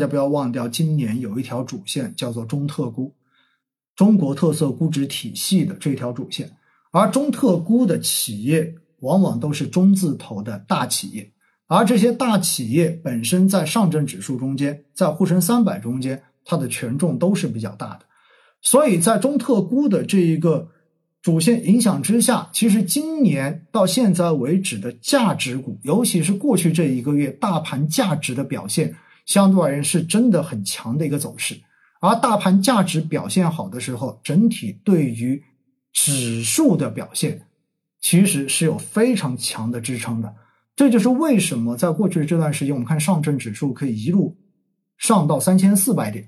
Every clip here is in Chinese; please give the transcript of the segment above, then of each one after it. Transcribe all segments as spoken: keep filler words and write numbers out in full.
大家不要忘掉，今年有一条主线叫做中特估，中国特色估值体系的这条主线。而中特估的企业往往都是中字头的大企业，而这些大企业本身在上证指数中间，在沪深三百中间，它的权重都是比较大的。所以在中特估的这一个主线影响之下，其实今年到现在为止的价值股，尤其是过去这一个月大盘价值的表现，相对而言是真的很强的一个走势。而大盘价值表现好的时候，整体对于指数的表现其实是有非常强的支撑的。这就是为什么在过去的这段时间，我们看上证指数可以一路上到三千四百点，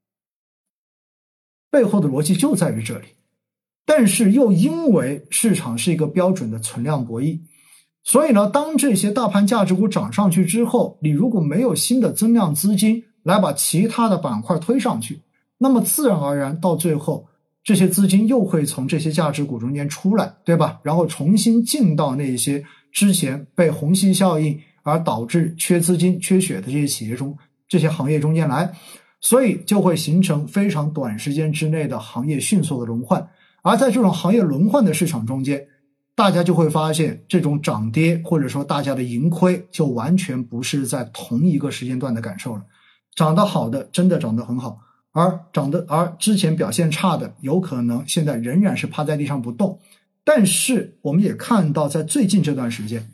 背后的逻辑就在于这里。但是又因为市场是一个标准的存量博弈，所以呢，当这些大盘价值股涨上去之后，你如果没有新的增量资金来把其他的板块推上去，那么自然而然到最后这些资金又会从这些价值股中间出来，对吧？然后重新进到那些之前被虹吸效应而导致缺资金缺血的这些企业中，这些行业中间来，所以就会形成非常短时间之内的行业迅速的轮换。而在这种行业轮换的市场中间，大家就会发现这种涨跌或者说大家的盈亏就完全不是在同一个时间段的感受了。涨得好的真的涨得很好，而涨得而之前表现差的有可能现在仍然是趴在地上不动。但是我们也看到在最近这段时间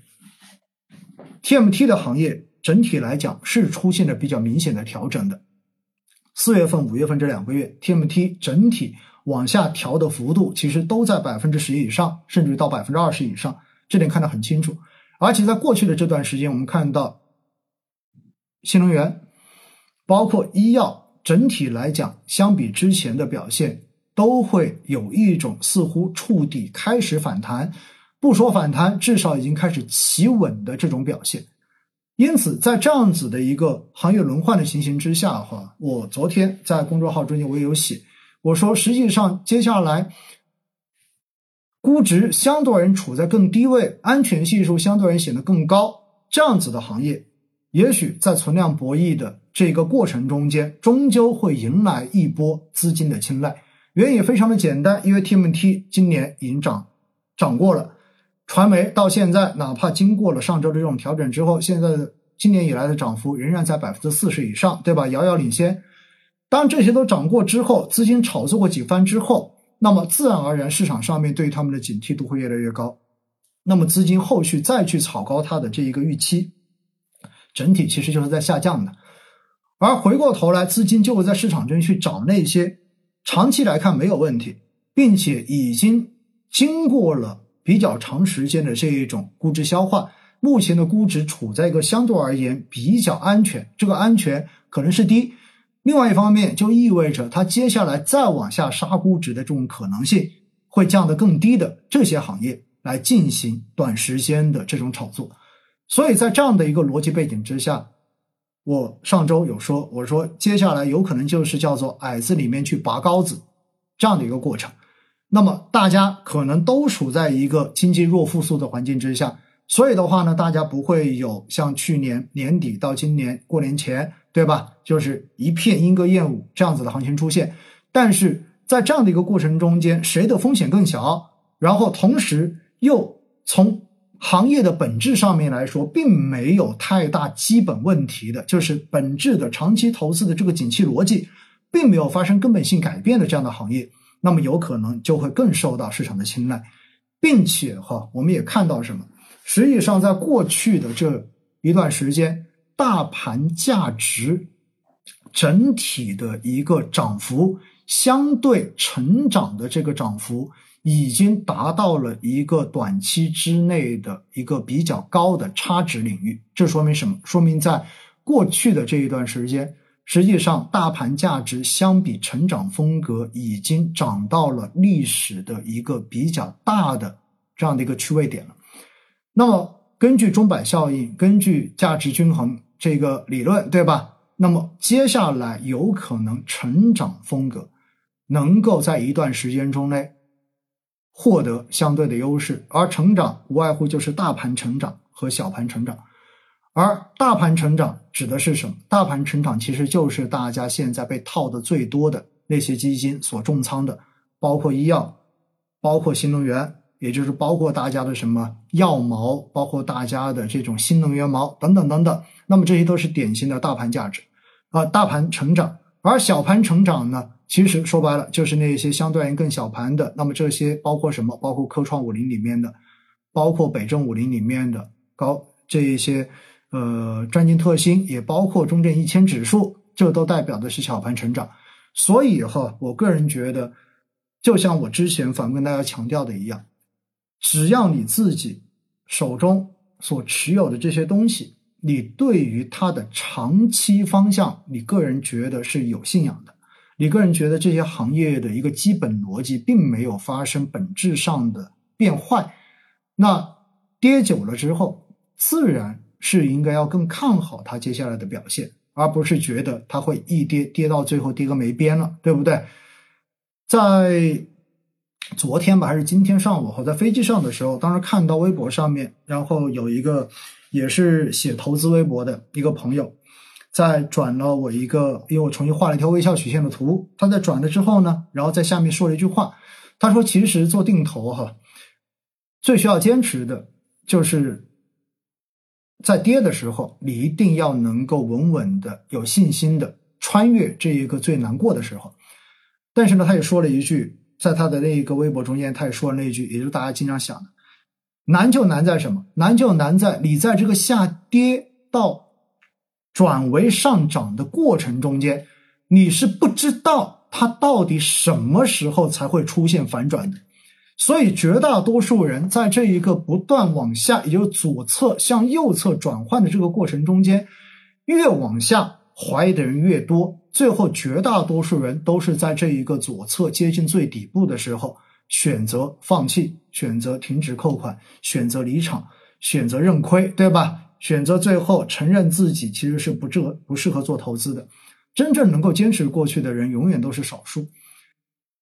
T M T 的行业整体来讲是出现了比较明显的调整的。四月份五月份这两个月 T M T 整体往下调的幅度其实都在 百分之十 以上，甚至于到 百分之二十 以上，这点看得很清楚。而且在过去的这段时间，我们看到新能源包括医药整体来讲相比之前的表现都会有一种似乎触底开始反弹，不说反弹至少已经开始企稳的这种表现。因此在这样子的一个行业轮换的情形之下的话，我昨天在公众号中间我也有写，我说实际上接下来估值相对而言处在更低位，安全系数相对而言显得更高，这样子的行业也许在存量博弈的这个过程中间终究会迎来一波资金的青睐。原因也非常的简单，因为 T M T 今年已经涨涨过了，传媒到现在哪怕经过了上周的这种调整之后，现在的今年以来的涨幅仍然在 百分之四十 以上，对吧？遥遥领先。当这些都涨过之后，资金炒作过几番之后，那么自然而然市场上面对他们的警惕度会越来越高，那么资金后续再去炒高它的这一个预期，整体其实就是在下降的。而回过头来资金就会在市场中去找那些长期来看没有问题，并且已经经过了比较长时间的这一种估值消化，目前的估值处在一个相对而言比较安全，这个安全可能是低，另外一方面就意味着它接下来再往下杀估值的这种可能性会降得更低的这些行业来进行短时间的这种炒作。所以在这样的一个逻辑背景之下，我上周有说，我说接下来有可能就是叫做矮子里面去拔高子这样的一个过程。那么大家可能都处在一个经济弱复苏的环境之下，所以的话呢，大家不会有像去年年底到今年过年前，对吧，就是一片莺歌燕舞这样子的行情出现。但是在这样的一个过程中间，谁的风险更小，然后同时又从行业的本质上面来说并没有太大基本问题的，就是本质的长期投资的这个景气逻辑并没有发生根本性改变的这样的行业，那么有可能就会更受到市场的青睐。并且哈，我们也看到什么，实际上在过去的这一段时间，大盘价值整体的一个涨幅相对成长的这个涨幅已经达到了一个短期之内的一个比较高的差值领域。这说明什么？说明在过去的这一段时间，实际上大盘价值相比成长风格已经涨到了历史的一个比较大的这样的一个区位点了。那么根据钟摆效应，根据价值均衡这个理论，对吧？那么接下来有可能成长风格能够在一段时间中内获得相对的优势，而成长无外乎就是大盘成长和小盘成长。 而大盘成长指的是什么？大盘成长其实就是大家现在被套的最多的那些基金所重仓的，包括医药，包括新能源，也就是包括大家的什么药锚，包括大家的这种新能源锚等等等等。那么这些都是典型的大盘价值啊、呃，大盘成长。而小盘成长呢，其实说白了就是那些相对而言更小盘的。那么这些包括什么？包括科创五零里面的，包括北证五零里面的高这一些呃专精特新，也包括中证一千指数，这都代表的是小盘成长。所以哈，我个人觉得，就像我之前反复跟大家强调的一样，只要你自己手中所持有的这些东西，你对于它的长期方向，你个人觉得是有信仰的，你个人觉得这些行业的一个基本逻辑并没有发生本质上的变坏，那跌久了之后，自然是应该要更看好它接下来的表现，而不是觉得它会一跌跌到最后跌个没边了，对不对？在昨天吧还是今天上午，我在飞机上的时候，当时看到微博上面，然后有一个也是写投资微博的一个朋友在转了我一个，因为我重新画了一条微笑曲线的图，他在转了之后呢，然后在下面说了一句话，他说其实做定投哈，最需要坚持的就是在跌的时候，你一定要能够稳稳的有信心的穿越这一个最难过的时候。但是呢，他也说了一句，在他的那一个微博中间，他也说了那一句，也就是大家经常想的，难就难在什么？难就难在你在这个下跌到转为上涨的过程中间，你是不知道它到底什么时候才会出现反转的。所以绝大多数人在这一个不断往下，也就是左侧向右侧转换的这个过程中间，越往下怀疑的人越多，最后绝大多数人都是在这一个左侧接近最底部的时候选择放弃，选择停止扣款，选择离场，选择认亏，对吧？选择最后承认自己其实是不适合不适合做投资的。真正能够坚持过去的人永远都是少数。